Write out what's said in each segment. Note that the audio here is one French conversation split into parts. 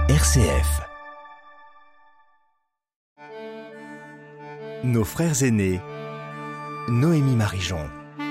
RCF. Nos frères aînés, Noémie Marijon.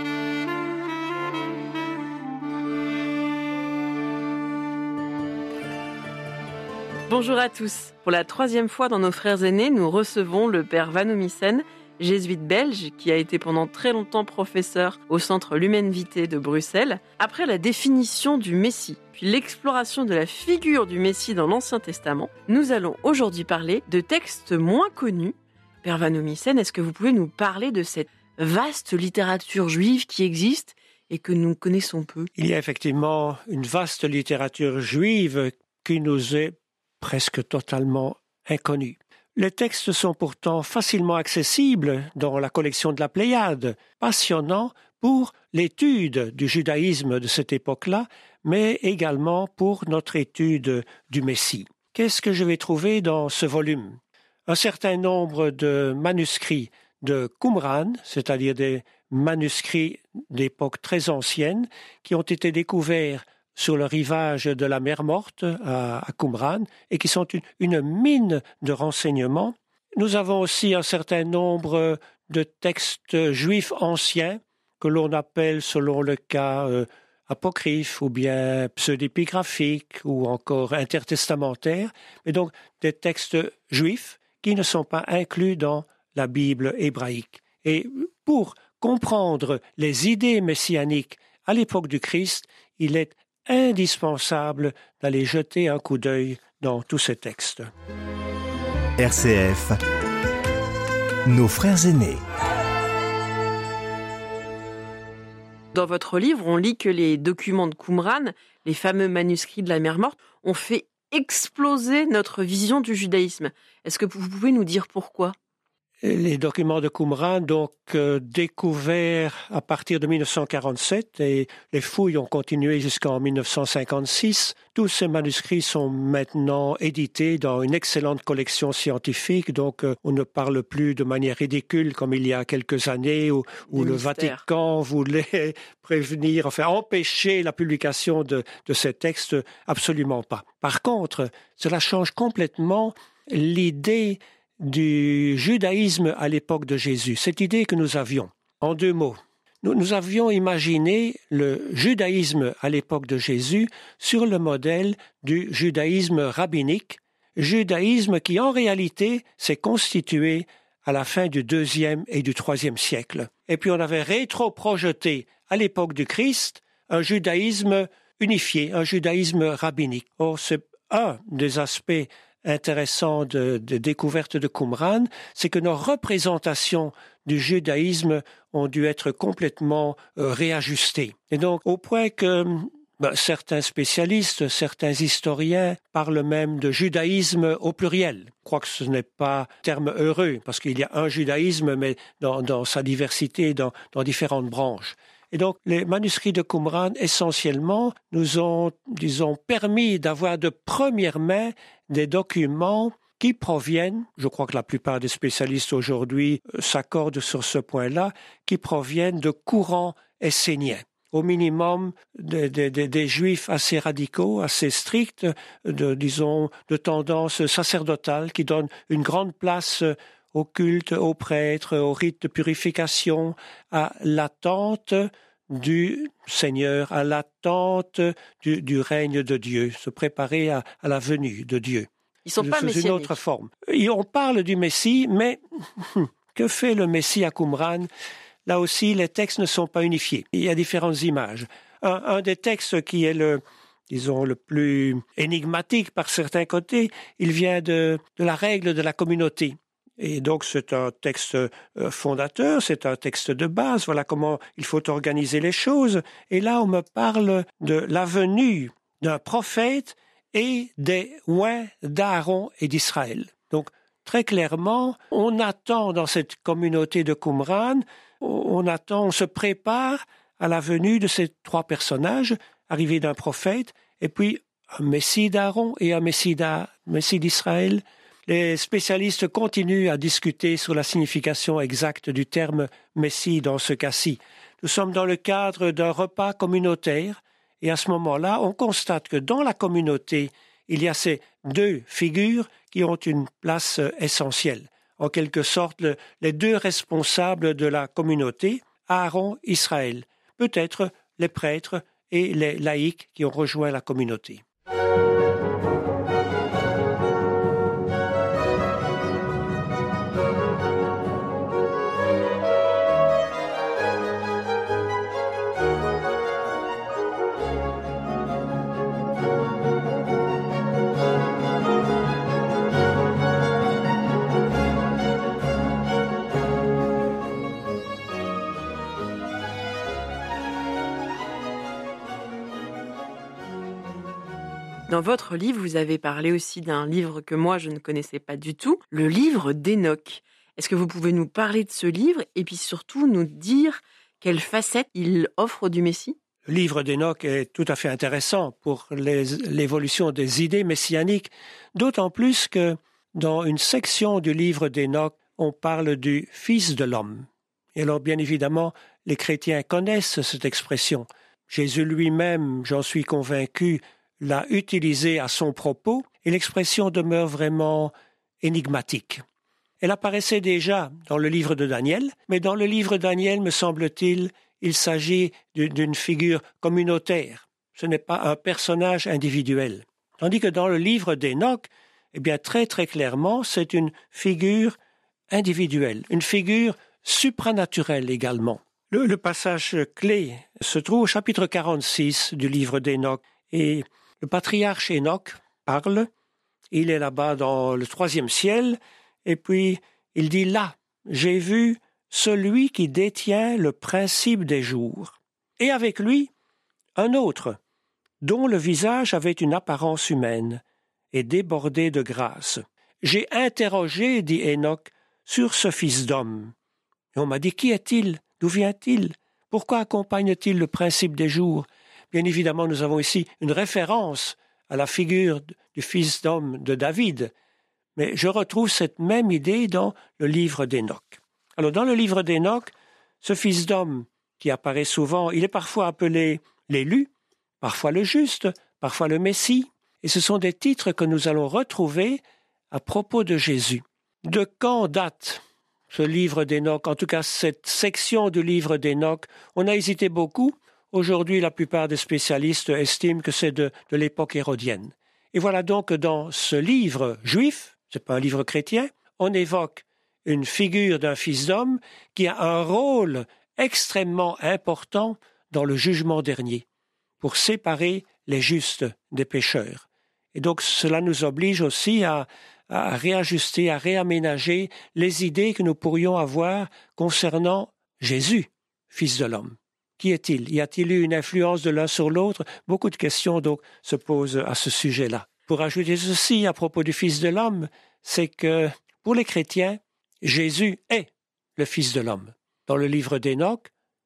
Bonjour à tous. Pour la 3e fois dans Nos frères aînés, nous recevons le père Van Omissen, jésuite belge qui a été pendant très longtemps professeur au Centre Lumen Vitae de Bruxelles. Après la définition du Messie, puis l'exploration de la figure du Messie dans l'Ancien Testament, nous allons aujourd'hui parler de textes moins connus. Père Van Omissen, est-ce que vous pouvez nous parler de cette vaste littérature juive qui existe et que nous connaissons peu? Il y a effectivement une vaste littérature juive qui nous est presque totalement inconnue. Les textes sont pourtant facilement accessibles dans la collection de la Pléiade, passionnant pour l'étude du judaïsme de cette époque-là, mais également pour notre étude du Messie. Qu'est-ce que je vais trouver dans ce volume? Un certain nombre de manuscrits de Qumran, c'est-à-dire des manuscrits d'époque très ancienne, qui ont été découverts sur le rivage de la mer Morte à Qumran et qui sont une mine de renseignements. Nous avons aussi un certain nombre de textes juifs anciens que l'on appelle selon le cas apocryphes ou bien pseudépigraphiques ou encore intertestamentaires, mais donc des textes juifs qui ne sont pas inclus dans la Bible hébraïque. Et pour comprendre les idées messianiques à l'époque du Christ, il est indispensable d'aller jeter un coup d'œil dans tous ces textes. RCF, Nos frères aînés. Dans votre livre, on lit que les documents de Qumran, les fameux manuscrits de la mer Morte, ont fait exploser notre vision du judaïsme. Est-ce que vous pouvez nous dire pourquoi ? Les documents de Qumran, donc découverts à partir de 1947 et les fouilles ont continué jusqu'en 1956. Tous ces manuscrits sont maintenant édités dans une excellente collection scientifique, donc on ne parle plus de manière ridicule comme il y a quelques années où le Vatican voulait prévenir, enfin empêcher la publication de ces textes, absolument pas. Par contre, cela change complètement l'idée du judaïsme à l'époque de Jésus, cette idée que nous avions. En 2 mots, nous avions imaginé le judaïsme à l'époque de Jésus sur le modèle du judaïsme rabbinique, judaïsme qui en réalité s'est constitué à la fin du 2e et du 3e siècle. Et puis on avait rétro-projeté à l'époque du Christ un judaïsme unifié, un judaïsme rabbinique. Or, c'est un des aspects intéressant de découverte de Qumran, c'est que nos représentations du judaïsme ont dû être complètement réajustées. Et donc, au point que certains spécialistes, certains historiens parlent même de judaïsme au pluriel. Je crois que ce n'est pas un terme heureux, parce qu'il y a un judaïsme, mais dans sa diversité, dans différentes branches. Et donc, les manuscrits de Qumran, essentiellement, nous ont, permis d'avoir de première main des documents qui proviennent, je crois que la plupart des spécialistes aujourd'hui s'accordent sur ce point-là, qui proviennent de courants esséniens. Au minimum, des juifs assez radicaux, assez stricts, de tendance sacerdotale, qui donnent une grande place au culte, aux prêtres, au rite de purification, à l'attente du Seigneur, à l'attente du règne de Dieu, se préparer à la venue de Dieu. Ils sont pas messianiques. Sous une autre forme. Et on parle du Messie, mais que fait le Messie à Qumran? Là aussi, les textes ne sont pas unifiés. Il y a différentes images. Un des textes qui est le plus énigmatique par certains côtés, il vient de la règle de la communauté. Et donc, c'est un texte fondateur, c'est un texte de base, voilà comment il faut organiser les choses. Et là, on me parle de la venue d'un prophète et des oins d'Aaron et d'Israël. Donc, très clairement, on attend dans cette communauté de Qumran, on se prépare à la venue de ces 3 personnages, arrivés d'un prophète, et puis un Messie d'Aaron et un Messie d'Israël. Les spécialistes continuent à discuter sur la signification exacte du terme « Messie » dans ce cas-ci. Nous sommes dans le cadre d'un repas communautaire et à ce moment-là, on constate que dans la communauté, il y a ces deux figures qui ont une place essentielle. En quelque sorte, les deux responsables de la communauté, Aaron, Israël, peut-être les prêtres et les laïcs qui ont rejoint la communauté. Dans votre livre, vous avez parlé aussi d'un livre que moi, je ne connaissais pas du tout, le livre d'Hénoch. Est-ce que vous pouvez nous parler de ce livre et puis surtout nous dire quelle facette il offre du Messie ? Le livre d'Hénoch est tout à fait intéressant pour l'évolution des idées messianiques, d'autant plus que dans une section du livre d'Hénoch, on parle du Fils de l'homme. Et alors, bien évidemment, les chrétiens connaissent cette expression. Jésus lui-même, j'en suis convaincu, l'a utilisée à son propos, et l'expression demeure vraiment énigmatique. Elle apparaissait déjà dans le livre de Daniel, mais dans le livre de Daniel, me semble-t-il, il s'agit d'une figure communautaire. Ce n'est pas un personnage individuel. Tandis que dans le livre d'Hénoch, eh bien, très très clairement, c'est une figure individuelle, une figure supranaturelle également. Le passage clé se trouve au chapitre 46 du livre d'Hénoch, et le patriarche Hénoch parle, il est là-bas dans le 3e ciel, et puis il dit « Là, j'ai vu celui qui détient le principe des jours, et avec lui, un autre, dont le visage avait une apparence humaine et débordé de grâce. J'ai interrogé, dit Hénoch, sur ce fils d'homme. Et on m'a dit, qui est-il? D'où vient-il? Pourquoi accompagne-t-il le principe des jours? Bien évidemment, nous avons ici une référence à la figure du fils d'homme de David, mais je retrouve cette même idée dans le livre d'Hénoch. Alors, dans le livre d'Hénoch, ce fils d'homme qui apparaît souvent, il est parfois appelé l'élu, parfois le juste, parfois le Messie, et ce sont des titres que nous allons retrouver à propos de Jésus. De quand date ce livre d'Hénoch, en tout cas cette section du livre d'Hénoch? On a hésité beaucoup. Aujourd'hui, la plupart des spécialistes estiment que c'est de l'époque hérodienne. Et voilà donc que dans ce livre juif, ce n'est pas un livre chrétien, on évoque une figure d'un fils d'homme qui a un rôle extrêmement important dans le jugement dernier, pour séparer les justes des pécheurs. Et donc cela nous oblige aussi à réajuster, à réaménager les idées que nous pourrions avoir concernant Jésus, fils de l'homme. Qui est-il? Y a-t-il eu une influence de l'un sur l'autre? Beaucoup de questions donc se posent à ce sujet-là. Pour ajouter ceci à propos du Fils de l'homme, c'est que pour les chrétiens, Jésus est le Fils de l'homme. Dans le livre d'Hénoch,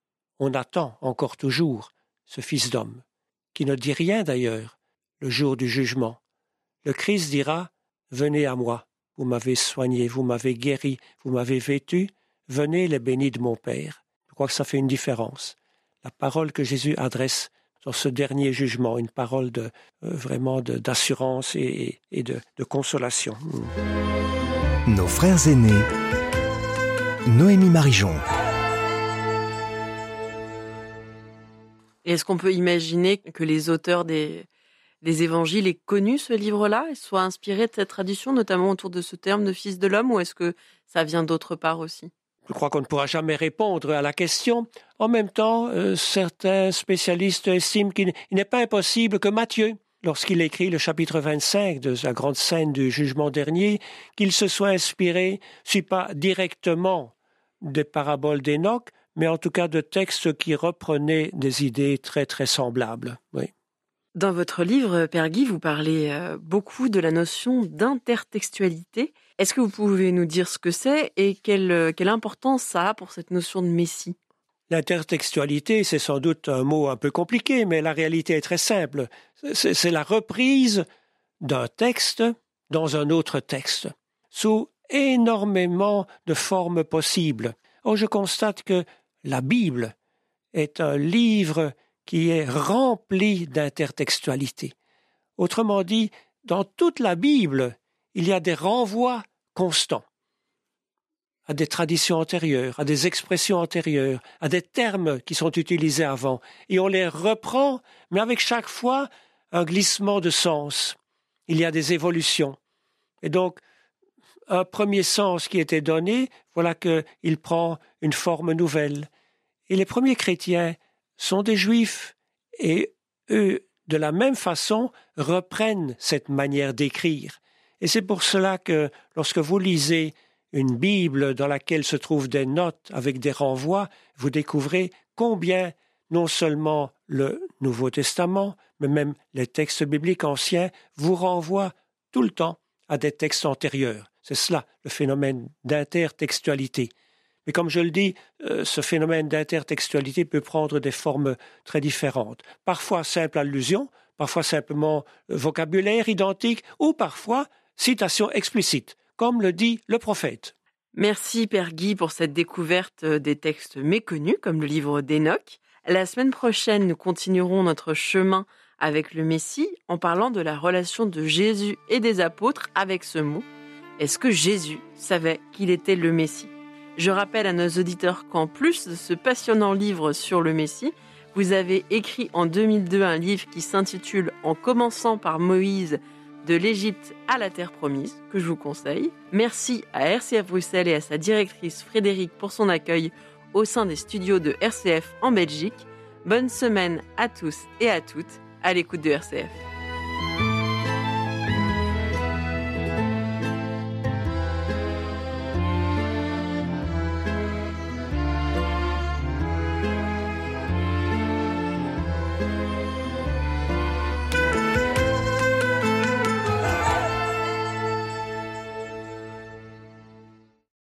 on attend encore toujours ce Fils d'homme, qui ne dit rien d'ailleurs le jour du jugement. Le Christ dira, « Venez à moi, vous m'avez soigné, vous m'avez guéri, vous m'avez vêtu, venez les bénis de mon Père. » Je crois que ça fait une différence. La parole que Jésus adresse dans ce dernier jugement, une parole vraiment d'assurance et de consolation. Nos frères aînés, Noémie Marijon. Est-ce qu'on peut imaginer que les auteurs des évangiles aient connu ce livre-là et soient inspirés de cette tradition, notamment autour de ce terme de fils de l'homme, ou est-ce que ça vient d'autre part aussi? Je crois qu'on ne pourra jamais répondre à la question. En même temps, certains spécialistes estiment qu'il n'est pas impossible que Matthieu, lorsqu'il écrit le chapitre 25 de la grande scène du jugement dernier, qu'il se soit inspiré, si pas directement des paraboles d'Hénoch, mais en tout cas de textes qui reprenaient des idées très très semblables. Oui. Dans votre livre, Père Guy, vous parlez beaucoup de la notion d'intertextualité. Est-ce que vous pouvez nous dire ce que c'est et quelle importance ça a pour cette notion de Messie? L'intertextualité, c'est sans doute un mot un peu compliqué, mais la réalité est très simple. C'est la reprise d'un texte dans un autre texte, sous énormément de formes possibles. Or, je constate que la Bible est un livre qui est rempli d'intertextualité. Autrement dit, dans toute la Bible, il y a des renvois constants à des traditions antérieures, à des expressions antérieures, à des termes qui sont utilisés avant. Et on les reprend, mais avec chaque fois un glissement de sens. Il y a des évolutions. Et donc, un premier sens qui était donné, voilà qu'il prend une forme nouvelle. Et les premiers chrétiens sont des juifs, et eux, de la même façon, reprennent cette manière d'écrire. Et c'est pour cela que lorsque vous lisez une Bible dans laquelle se trouvent des notes avec des renvois, vous découvrez combien non seulement le Nouveau Testament, mais même les textes bibliques anciens vous renvoient tout le temps à des textes antérieurs. C'est cela, le phénomène d'intertextualité. Mais comme je le dis, ce phénomène d'intertextualité peut prendre des formes très différentes. Parfois simple allusion, parfois simplement vocabulaire identique, ou parfois citation explicite, comme le dit le prophète. Merci Père Guy pour cette découverte des textes méconnus, comme le livre d'Hénoch. La semaine prochaine, nous continuerons notre chemin avec le Messie en parlant de la relation de Jésus et des apôtres avec ce mot. Est-ce que Jésus savait qu'il était le Messie ? Je rappelle à nos auditeurs qu'en plus de ce passionnant livre sur le Messie, vous avez écrit en 2002 un livre qui s'intitule « En commençant par Moïse, de l'Égypte à la terre promise », que je vous conseille. Merci à RCF Bruxelles et à sa directrice Frédéric pour son accueil au sein des studios de RCF en Belgique. Bonne semaine à tous et à toutes à l'écoute de RCF.